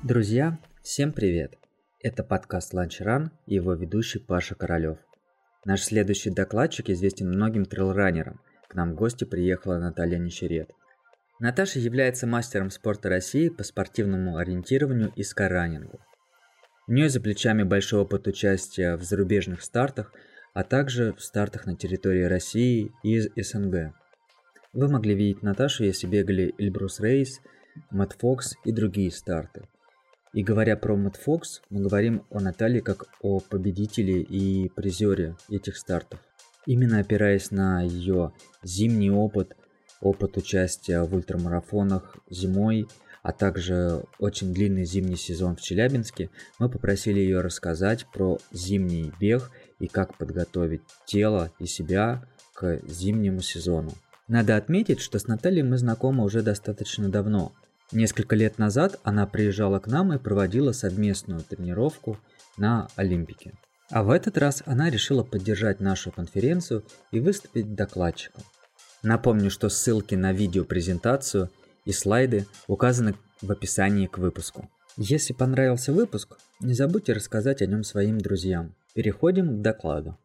Друзья, всем привет! Это подкаст Lunch Run и его ведущий Паша Королёв. Наш следующий докладчик известен многим трейлранерам. К нам в гости приехала Наталья Нищерет. Наташа является мастером спорта России по спортивному ориентированию и скайранингу. У нее за плечами большой опыт участия в зарубежных стартах, а также в стартах на территории России и СНГ. Вы могли видеть Наташу, если бегали Эльбрус Рейс, Мэтт Фокс и другие старты. И говоря про Мэтт Фокс, мы говорим о Наталье как о победителе и призере этих стартов. Именно опираясь на ее зимний опыт участия в ультрамарафонах зимой, а также очень длинный зимний сезон в Челябинске, мы попросили ее рассказать про зимний бег и как подготовить тело и себя к зимнему сезону. Надо отметить, что с Натальей мы знакомы уже достаточно давно. Несколько лет назад она приезжала к нам и проводила совместную тренировку на Олимпике. А в этот раз она решила поддержать нашу конференцию и выступить докладчиком. Напомню, что ссылки на видеопрезентацию и слайды указаны в описании к выпуску. Если понравился выпуск, не забудьте рассказать о нем своим друзьям. Переходим к докладу.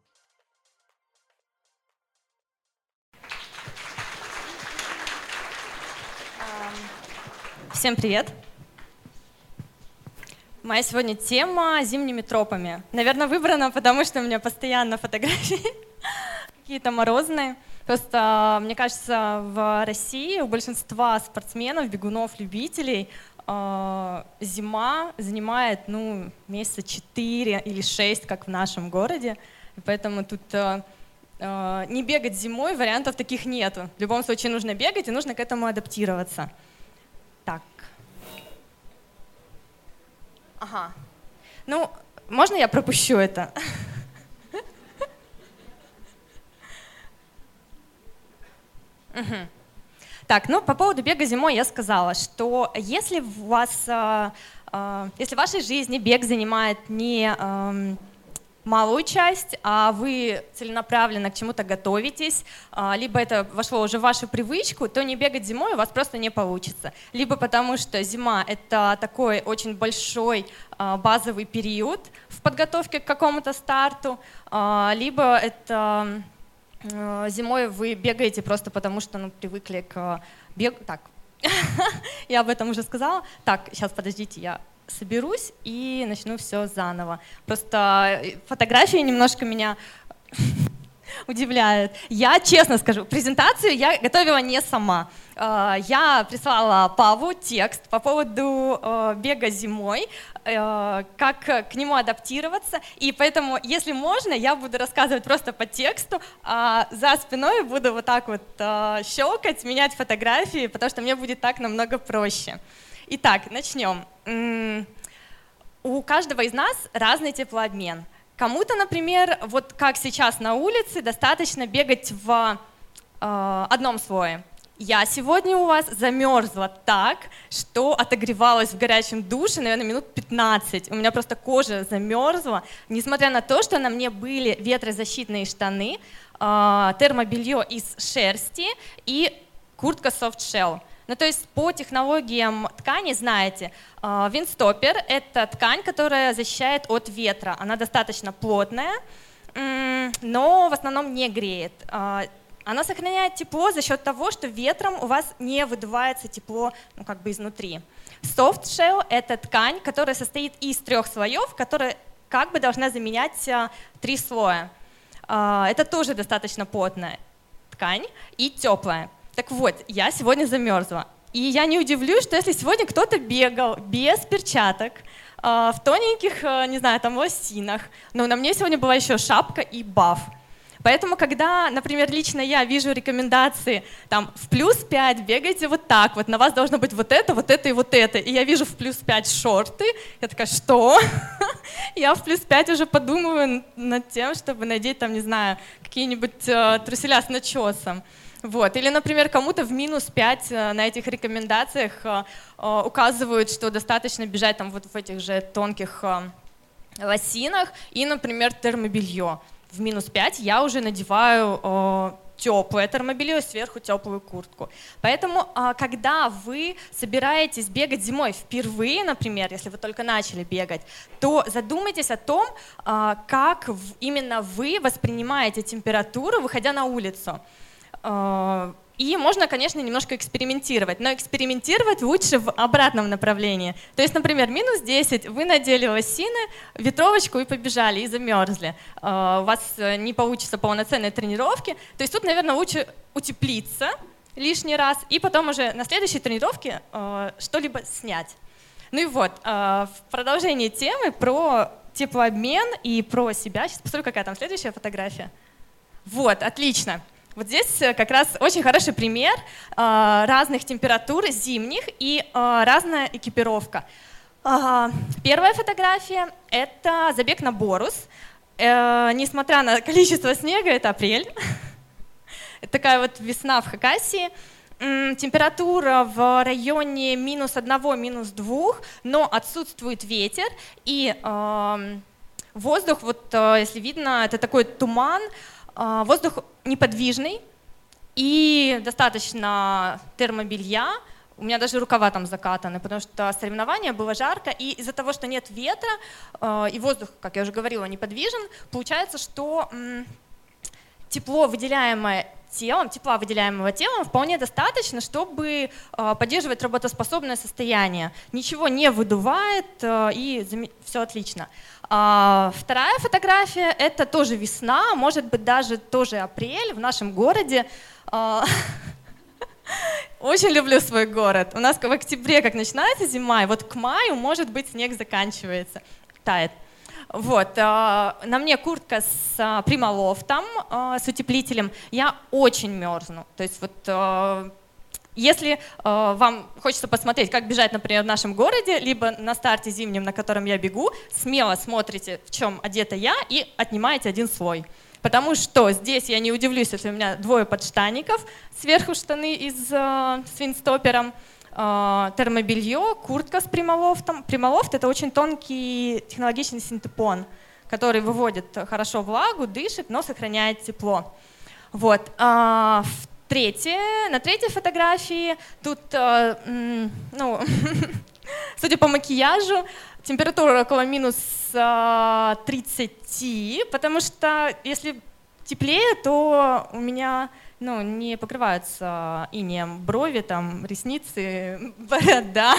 Всем привет! Моя сегодня тема зимними тропами. Наверное, выбрана, потому что у меня постоянно фотографии какие-то морозные. Просто, мне кажется, в России у большинства спортсменов, бегунов, любителей зима занимает месяца 4 или 6, как в нашем городе. И поэтому тут не бегать зимой вариантов таких нету. В любом случае нужно бегать и нужно к этому адаптироваться. Так. Ага. Можно я пропущу это? Так, по поводу бега зимой я сказала, что если в вашей жизни бег занимает не малую часть, а вы целенаправленно к чему-то готовитесь, либо это вошло уже в вашу привычку, то не бегать зимой у вас просто не получится. Либо потому, что зима — это такой очень большой базовый период в подготовке к какому-то старту, либо это зимой вы бегаете просто потому, что привыкли к бегу. Так, я об этом уже сказала. Так, сейчас подождите, я соберусь и начну все заново. Просто фотографии немножко меня удивляют. Я честно скажу, презентацию я готовила не сама. Я прислала Павлу текст по поводу бега зимой, как к нему адаптироваться, и поэтому, если можно, я буду рассказывать просто по тексту, а за спиной буду вот так вот щелкать, менять фотографии, потому что мне будет так намного проще. Итак, начнем. У каждого из нас разный теплообмен. Кому-то, например, вот как сейчас на улице, достаточно бегать в одном слое. Я сегодня у вас замерзла так, что отогревалась в горячем душе, наверное, минут 15. У меня просто кожа замерзла, несмотря на то, что на мне были ветрозащитные штаны, термобелье из шерсти и куртка soft shell. То есть по технологиям ткани, знаете, виндстоппер — это ткань, которая защищает от ветра. Она достаточно плотная, но в основном не греет. Она сохраняет тепло за счет того, что ветром у вас не выдувается тепло изнутри. Soft shell — это ткань, которая состоит из 3 слоев, которая должна заменять 3 слоя. Это тоже достаточно плотная ткань и теплая. Так вот, я сегодня замерзла. И я не удивлюсь, что если сегодня кто-то бегал без перчаток, в тоненьких, лосинах, но на мне сегодня была еще шапка и баф. Поэтому, когда, например, лично я вижу рекомендации, в +5 бегайте вот так, вот на вас должно быть вот это и вот это, и я вижу в +5 шорты, я такая, что? Я в +5 уже подумываю над тем, чтобы надеть, какие-нибудь труселя с начесом. Вот. Или, например, кому-то в -5 на этих рекомендациях указывают, что достаточно бежать вот в этих же тонких лосинах и, например, термобелье. В -5 я уже надеваю теплое термобелье и сверху теплую куртку. Поэтому, когда вы собираетесь бегать зимой впервые, например, если вы только начали бегать, то задумайтесь о том, как именно вы воспринимаете температуру, выходя на улицу. И можно, конечно, немножко экспериментировать, но экспериментировать лучше в обратном направлении. То есть, например, минус 10, вы надели лосины, ветровочку и побежали, и замерзли. У вас не получится полноценной тренировки. То есть тут, наверное, лучше утеплиться лишний раз и потом уже на следующей тренировке что-либо снять. Ну и вот, в продолжении темы про теплообмен и про себя. Сейчас посмотрю, какая там следующая фотография. Вот, отлично. Вот здесь как раз очень хороший пример разных температур зимних и разная экипировка. Первая фотография – это забег на Борус. Несмотря на количество снега, это апрель. Это такая вот весна в Хакасии. Температура в районе -1, -2, но отсутствует ветер. И воздух, вот если видно, это такой туман. Воздух неподвижный и достаточно термобелья. У меня даже рукава там закатаны, потому что соревнование было жарко. И из-за того, что нет ветра и воздух, как я уже говорила, неподвижен, получается, что тепла, выделяемого телом, вполне достаточно, чтобы поддерживать работоспособное состояние. Ничего не выдувает, и все отлично. Вторая фотография – это тоже весна, может быть, даже тоже апрель в нашем городе. Очень люблю свой город. У нас в октябре, как начинается зима, и вот к маю, может быть, снег заканчивается, тает. Вот, на мне куртка с Primaloft, с утеплителем. Я очень мерзну. То есть вот если вам хочется посмотреть, как бежать, например, в нашем городе, либо на старте зимнем, на котором я бегу, смело смотрите, в чем одета я, и отнимаете один слой. Потому что здесь я не удивлюсь, если у меня 2 подштанников, сверху штаны с виндстопером, термобелье, куртка с Primaloft. Primaloft — это очень тонкий технологичный синтепон, который выводит хорошо влагу, дышит, но сохраняет тепло. Вот. На третьей фотографии тут, ну, судя по макияжу, температура около -30, потому что если теплее, то у меня не покрываются инеем брови, там, ресницы, борода.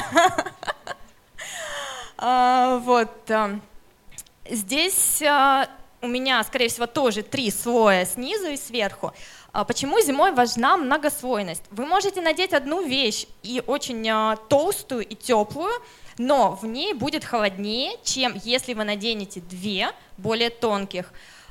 Вот. Здесь у меня, скорее всего, тоже 3 слоя снизу и сверху. Почему зимой важна многослойность? Вы можете надеть одну вещь, и очень толстую и теплую, но в ней будет холоднее, чем если вы наденете 2 более тонких.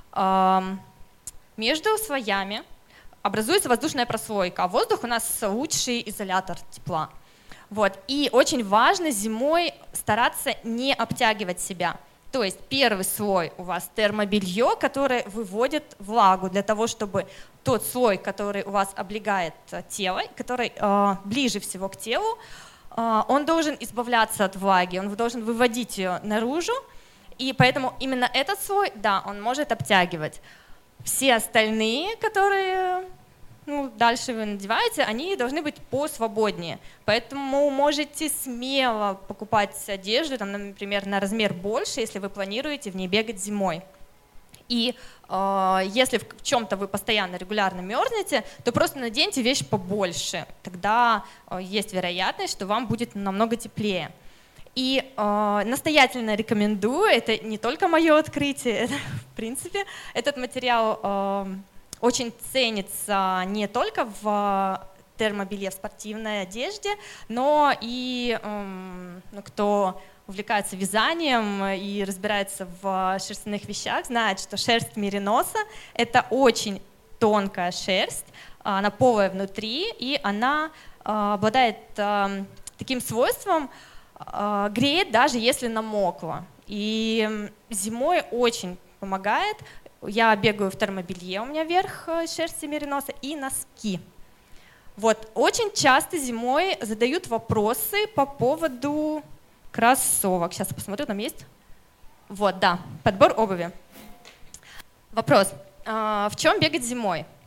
Между слоями образуется воздушная прослойка, а воздух у нас лучший изолятор тепла. Вот. И очень важно зимой стараться не обтягивать себя. То есть первый слой у вас термобелье, которое выводит влагу для того, чтобы тот слой, который у вас облегает тело, который ближе всего к телу, он должен избавляться от влаги, он должен выводить ее наружу, и поэтому именно этот слой, да, он может обтягивать. Все остальные, которые дальше вы надеваете, они должны быть посвободнее. Поэтому можете смело покупать одежду, там, например, на размер больше, если вы планируете в ней бегать зимой. И если в чем-то вы постоянно, регулярно мерзнете, то просто наденьте вещь побольше. Тогда есть вероятность, что вам будет намного теплее. И настоятельно рекомендую, это не только мое открытие, это, в принципе, этот материал очень ценится не только в термобелье, в спортивной одежде, но и кто увлекается вязанием и разбирается в шерстяных вещах, знает, что шерсть мериноса – это очень тонкая шерсть, она полая внутри, и она обладает таким свойством, греет даже если намокла. И зимой очень помогает. Я бегаю в термобелье, у меня верх шерсти мериноса, и носки. Вот. Очень часто зимой задают вопросы по поводу кроссовок. Сейчас я посмотрю, там есть. Вот, да, подбор обуви. Вопрос. В чем бегать зимой?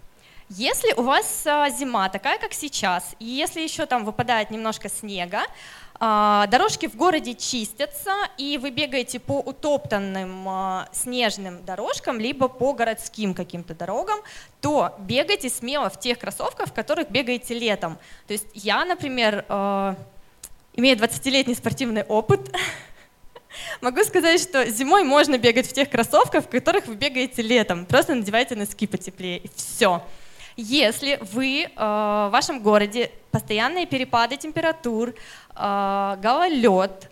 Если у вас зима такая, как сейчас, и если еще там выпадает немножко снега, дорожки в городе чистятся, и вы бегаете по утоптанным снежным дорожкам, либо по городским каким-то дорогам, то бегайте смело в тех кроссовках, в которых бегаете летом. То есть я, например, имея 20-летний спортивный опыт, могу сказать, что зимой можно бегать в тех кроссовках, в которых вы бегаете летом. Просто надевайте носки потеплее, и все. Если вы в вашем городе постоянные перепады температур, гололед,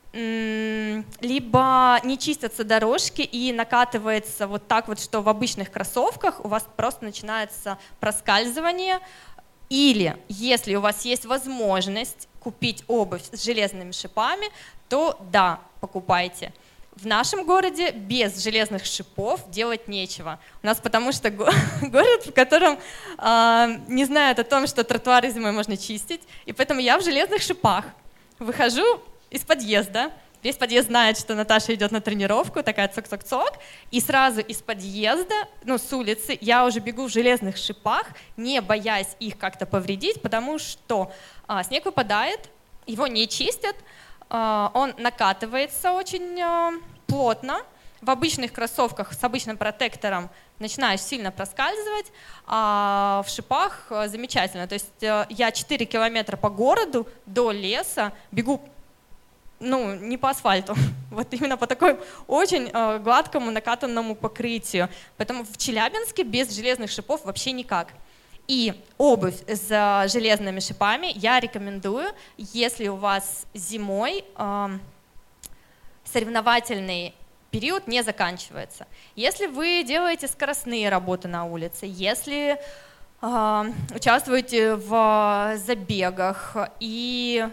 либо не чистятся дорожки и накатывается вот так вот, что в обычных кроссовках у вас просто начинается проскальзывание, или если у вас есть возможность купить обувь с железными шипами, то да, покупайте. В нашем городе без железных шипов делать нечего. У нас потому что город, в котором не знают о том, что тротуары зимой можно чистить, и поэтому я в железных шипах выхожу из подъезда. Весь подъезд знает, что Наташа идет на тренировку, такая цок-цок-цок, и сразу из подъезда, с улицы, я уже бегу в железных шипах, не боясь их как-то повредить, потому что снег выпадает, его не чистят, он накатывается очень плотно. В обычных кроссовках с обычным протектором начинаешь сильно проскальзывать, а в шипах замечательно. То есть я 4 километра по городу до леса бегу, не по асфальту, вот именно по такой очень гладкому накатанному покрытию. Поэтому в Челябинске без железных шипов вообще никак. И обувь с железными шипами я рекомендую, если у вас зимой соревновательный период не заканчивается. Если вы делаете скоростные работы на улице, если участвуете в забегах и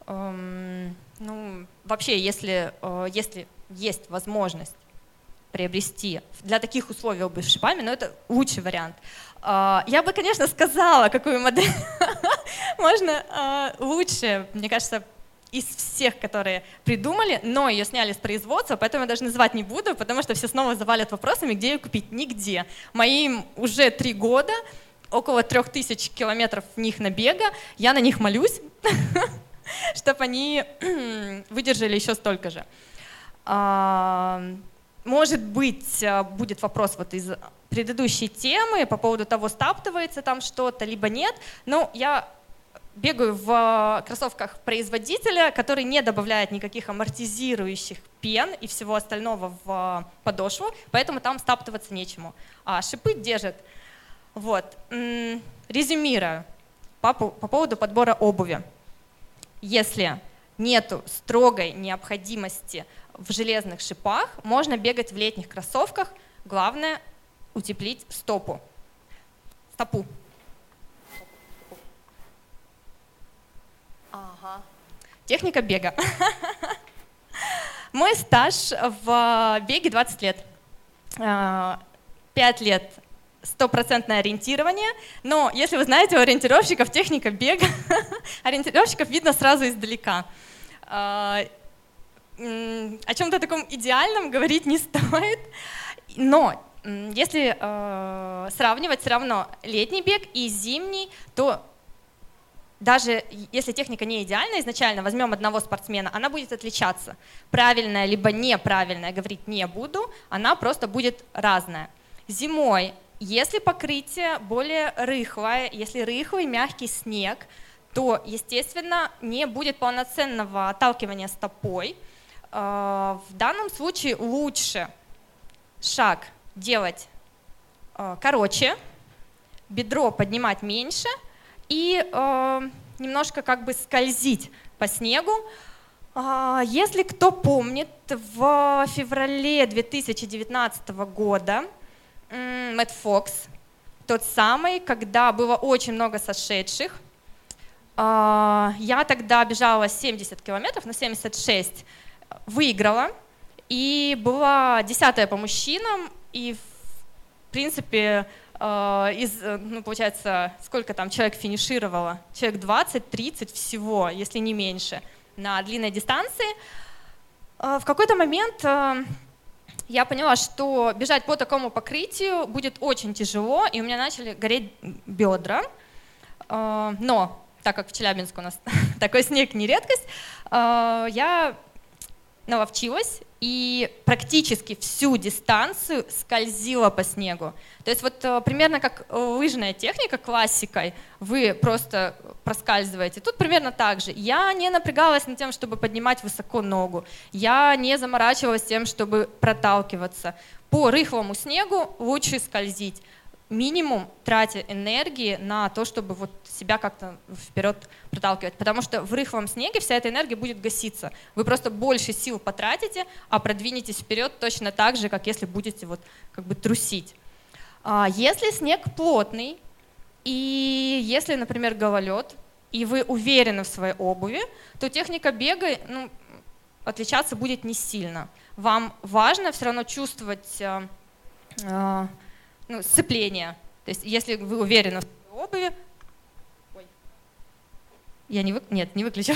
вообще, если есть возможность приобрести для таких условий обувь с шипами, но это лучший вариант. Я бы, конечно, сказала, какую модель можно лучше, мне кажется, из всех, которые придумали, но ее сняли с производства, поэтому я даже называть не буду, потому что все снова завалят вопросами, где ее купить. Нигде. Моим уже 3 года, около 3000 километров в них набега, я на них молюсь, чтобы они выдержали еще столько же. Может быть, будет вопрос вот из предыдущей темы по поводу того, стаптывается там что-то, либо нет. Но я бегаю в кроссовках производителя, который не добавляет никаких амортизирующих пен и всего остального в подошву, поэтому там стаптываться нечему. А шипы держат. Вот. Резюмирую по поводу подбора обуви. Если нету строгой необходимости в железных шипах, можно бегать в летних кроссовках. Главное — утеплить стопу. Стопу. Ага. Техника бега. Мой стаж в беге 20 лет. 5 лет 100% ориентирование, но если вы знаете, у ориентировщиков техника бега, ориентировщиков видно сразу издалека. О чем-то таком идеальном говорить не стоит, но если сравнивать все равно летний бег и зимний, то даже если техника не идеальна изначально, возьмем одного спортсмена, она будет отличаться. Правильная либо неправильная говорить не буду, она просто будет разная. Зимой, если покрытие более рыхлое, если рыхлый мягкий снег, то, естественно, не будет полноценного отталкивания стопой. В данном случае лучше шаг делать короче, бедро поднимать меньше и немножко как бы скользить по снегу. Если кто помнит, в феврале 2019 года Мэтт Фокс, тот самый, когда было очень много сошедших, я тогда бежала 70 километров, на 76 выиграла, и была 10-я по мужчинам, и в принципе, получается, сколько там человек финишировало? Человек 20-30 всего, если не меньше, на длинной дистанции. В какой-то момент я поняла, что бежать по такому покрытию будет очень тяжело, и у меня начали гореть бедра. Но так как в Челябинске у нас такой снег не редкость, я наловчилась и практически всю дистанцию скользила по снегу. То есть вот примерно как лыжная техника классикой, вы просто проскальзываете. Тут примерно так же. Я не напрягалась над тем, чтобы поднимать высоко ногу. Я не заморачивалась тем, чтобы проталкиваться. По рыхлому снегу лучше скользить. Минимум тратя энергии на то, чтобы вот себя как-то вперед проталкивать. Потому что в рыхлом снеге вся эта энергия будет гаситься. Вы просто больше сил потратите, а продвинетесь вперед точно так же, как если будете вот как бы трусить. Если снег плотный, и если, например, гололед, и вы уверены в своей обуви, то техника бега отличаться будет не сильно. Вам важно все равно чувствовать сцепление. То есть если вы уверены в своей обуви... Ой. Я не выключила.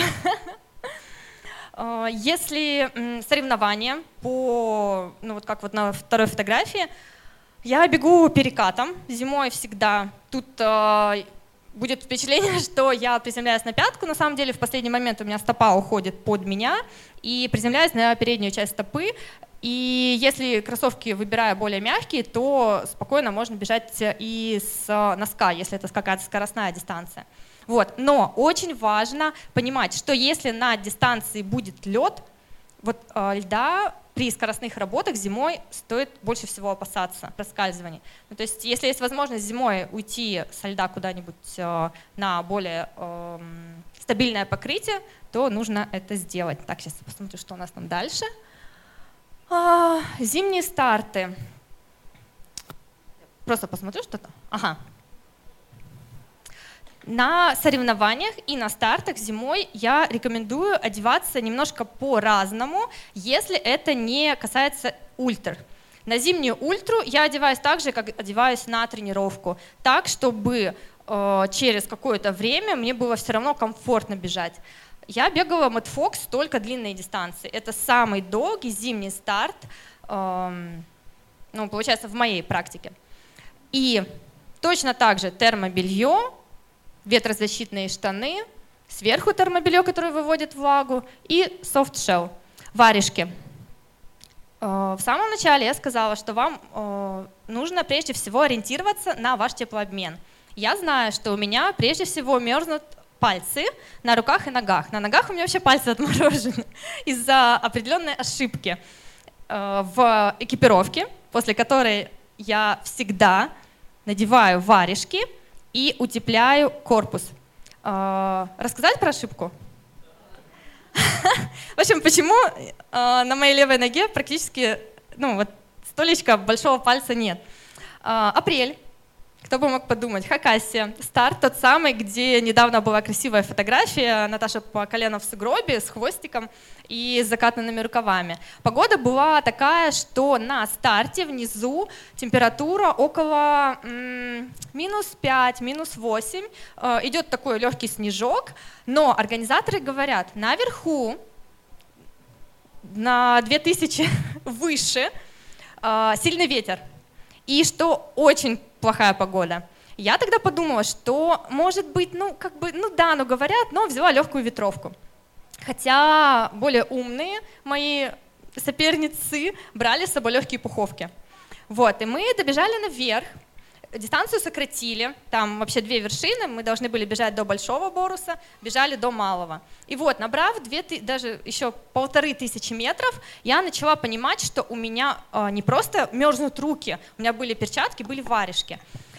Если соревнования вот как вот на второй фотографии, я бегу перекатом зимой всегда. Тут будет впечатление, что я приземляюсь на пятку. На самом деле в последний момент у меня стопа уходит под меня и приземляюсь на переднюю часть стопы. И если кроссовки выбираю более мягкие, то спокойно можно бежать и с носка, если это какая-то скоростная дистанция. Вот. Но очень важно понимать, что если на дистанции будет лед, вот льда при скоростных работах зимой стоит больше всего опасаться проскальзываний. То есть если есть возможность зимой уйти со льда куда-нибудь на более стабильное покрытие, то нужно это сделать. Так, сейчас посмотрю, что у нас там дальше. Зимние старты. Просто посмотрю что-то. Ага. На соревнованиях и на стартах зимой я рекомендую одеваться немножко по-разному, если это не касается ультр. На зимнюю ультру я одеваюсь так же, как одеваюсь на тренировку, так, чтобы через какое-то время мне было все равно комфортно бежать. Я бегала Mad Fox только длинные дистанции. Это самый долгий зимний старт, получается, в моей практике. И точно так же термобелье, ветрозащитные штаны, сверху термобелье, которое выводит влагу, и софт-шелл, варежки. В самом начале я сказала, что вам нужно прежде всего ориентироваться на ваш теплообмен. Я знаю, что у меня прежде всего мерзнут пальцы на руках и ногах. На ногах у меня вообще пальцы отморожены из-за определенной ошибки в экипировке, после которой я всегда надеваю варежки и утепляю корпус. Рассказать про ошибку? В общем, почему на моей левой ноге практически столечка большого пальца нет? Апрель. Кто бы мог подумать? Хакасия. Старт тот самый, где недавно была красивая фотография. Наташа по колено в сугробе с хвостиком и с закатанными рукавами. Погода была такая, что на старте внизу температура около минус 5, минус 8. Идет такой легкий снежок, но организаторы говорят, наверху, на 2000 выше, сильный ветер. И что очень плохая погода. Я тогда подумала, что может быть, говорят, но взяла легкую ветровку. Хотя более умные мои соперницы брали с собой легкие пуховки. Вот, и мы добежали наверх, дистанцию сократили, там вообще 2 вершины, мы должны были бежать до Большого Боруса, бежали до Малого. И вот, набрав даже еще 1500 метров, я начала понимать, что у меня не просто мерзнут руки, у меня были перчатки, были варежки.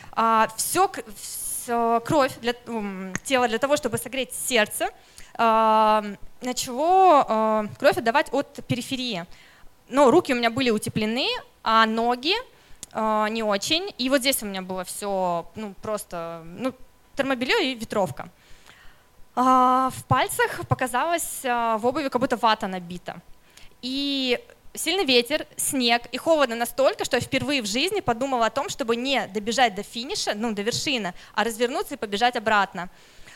Кровь тела для того, чтобы согреть сердце, начало кровь отдавать от периферии. Но руки у меня были утеплены, а ноги не очень. И вот здесь у меня было все просто термобелье и ветровка. В пальцах показалось в обуви, как будто вата набита. И сильный ветер, снег и холодно настолько, что я впервые в жизни подумала о том, чтобы не добежать до финиша, до вершины, а развернуться и побежать обратно.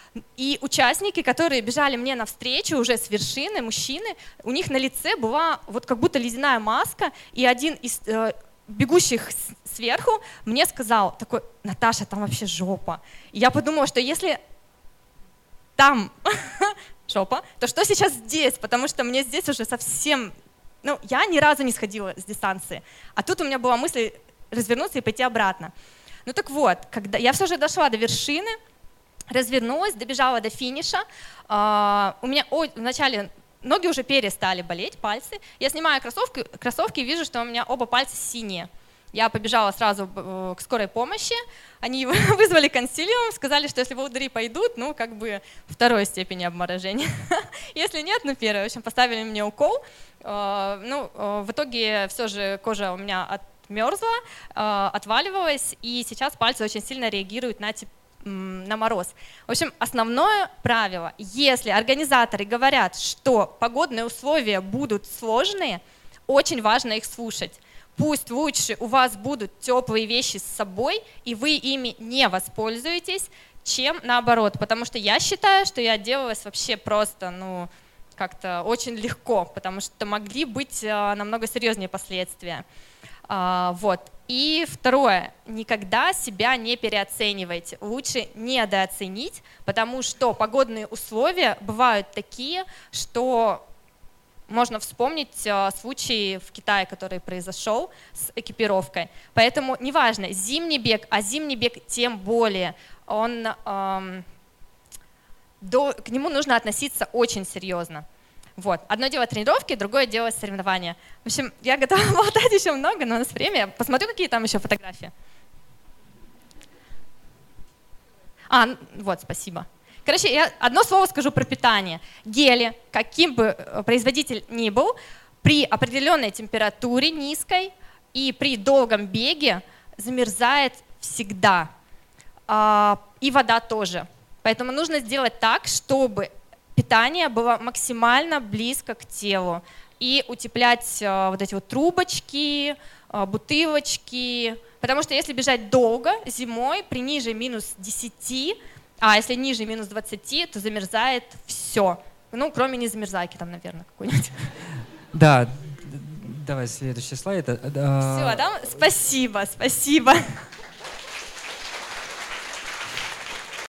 И участники, которые бежали мне навстречу уже с вершины, мужчины, у них на лице была вот как будто ледяная маска, и один из бегущих сверху мне сказал такой: Наташа, там вообще жопа. И я подумала, что если там жопа, то что сейчас здесь? Потому что мне здесь уже совсем... Ну, я ни разу не сходила с дистанции, а тут у меня была мысль развернуться и пойти обратно. Ну так вот, когда я все же дошла до вершины, развернулась, добежала до финиша, у меня вначале ноги уже перестали болеть, пальцы. Я снимаю кроссовки и вижу, что у меня оба пальца синие. Я побежала сразу к скорой помощи, они вызвали консилиум, сказали, что если волдыри пойдут, ну как бы второй степени обморожения. Если нет, ну первой. В общем, поставили мне укол. Ну, в итоге все же кожа у меня отмерзла, отваливалась, и сейчас пальцы очень сильно реагируют на мороз. В общем, основное правило: если организаторы говорят, что погодные условия будут сложные, очень важно их слушать. Пусть лучше у вас будут теплые вещи с собой, и вы ими не воспользуетесь, чем наоборот. Потому что я считаю, что я отделалась вообще просто, ну, как-то очень легко, потому что могли быть намного серьезнее последствия. Вот. И второе, никогда себя не переоценивайте, лучше недооценить, потому что погодные условия бывают такие, что можно вспомнить случай в Китае, который произошел с экипировкой. Поэтому неважно, зимний бег, а зимний бег тем более, к нему нужно относиться очень серьезно. Вот. Одно дело тренировки, другое дело соревнования. В общем, я готова болтать еще много, но у нас время. Посмотрю, какие там еще фотографии. Вот, спасибо. Короче, я одно слово скажу про питание. Гели, каким бы производитель ни был, при определенной температуре низкой и при долгом беге замерзает всегда. И вода тоже. Поэтому нужно сделать так, чтобы питание было максимально близко к телу. И утеплять вот эти вот трубочки, бутылочки. Потому что если бежать долго, зимой, при ниже минус 10, а если ниже минус 20, то замерзает все. Ну, кроме незамерзайки там, наверное, какой-нибудь. Да, давай следующий слайд. Все, да? Спасибо.